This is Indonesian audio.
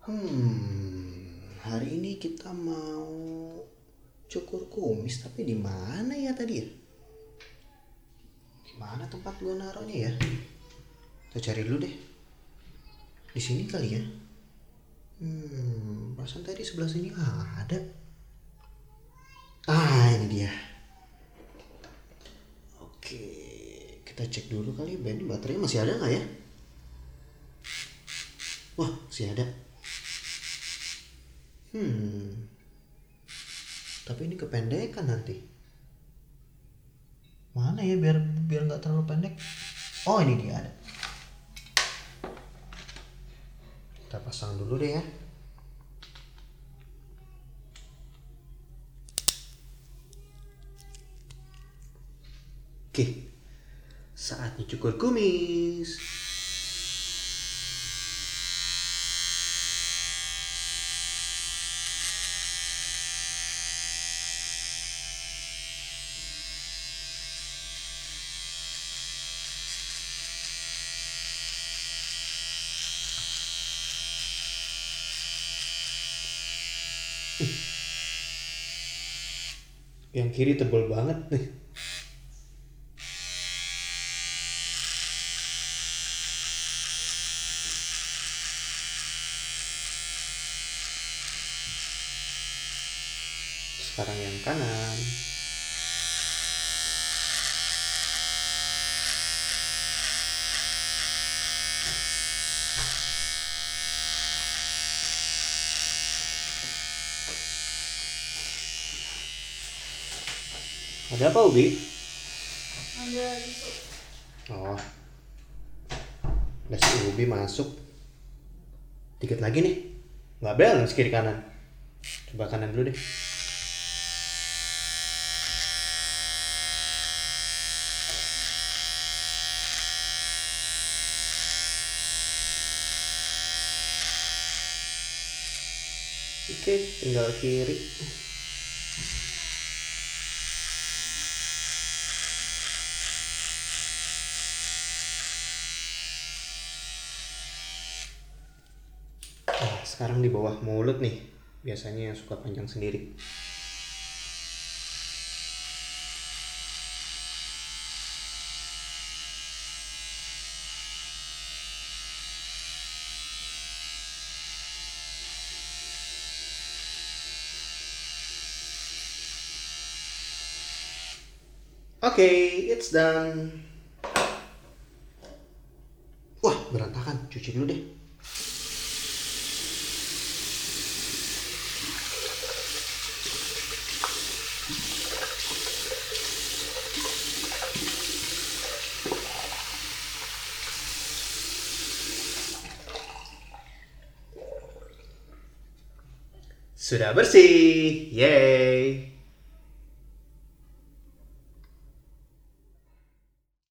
Hari ini kita mau cukur kumis, tapi di mana ya tadi ya? Di mana tempat gua naruhnya ya? Kita cari dulu deh. Di sini kali ya? Perasaan tadi sebelah sini ada. Ini dia. Oke, kita cek dulu kali. Ini baterainya masih ada nggak ya? Wah, masih ada. Tapi ini kependekan nanti. Mana ya biar nggak terlalu pendek? Oh, ini dia ada. Kita pasang dulu deh ya. Oke, saatnya cukur kumis. Yang kiri tebal banget nih. Sekarang yang kanan. Ada apa, Ubi? Ada itu. Oh, ada si Ubi masuk. Dikit lagi nih. Nggak balance kiri kanan. Coba kanan dulu deh. Oke, tinggal kiri. Sekarang di bawah mulut nih, biasanya yang suka panjang sendiri. Oke, it's done. Wah, berantakan. Cuci dulu deh. Sudah bersih. Yeay.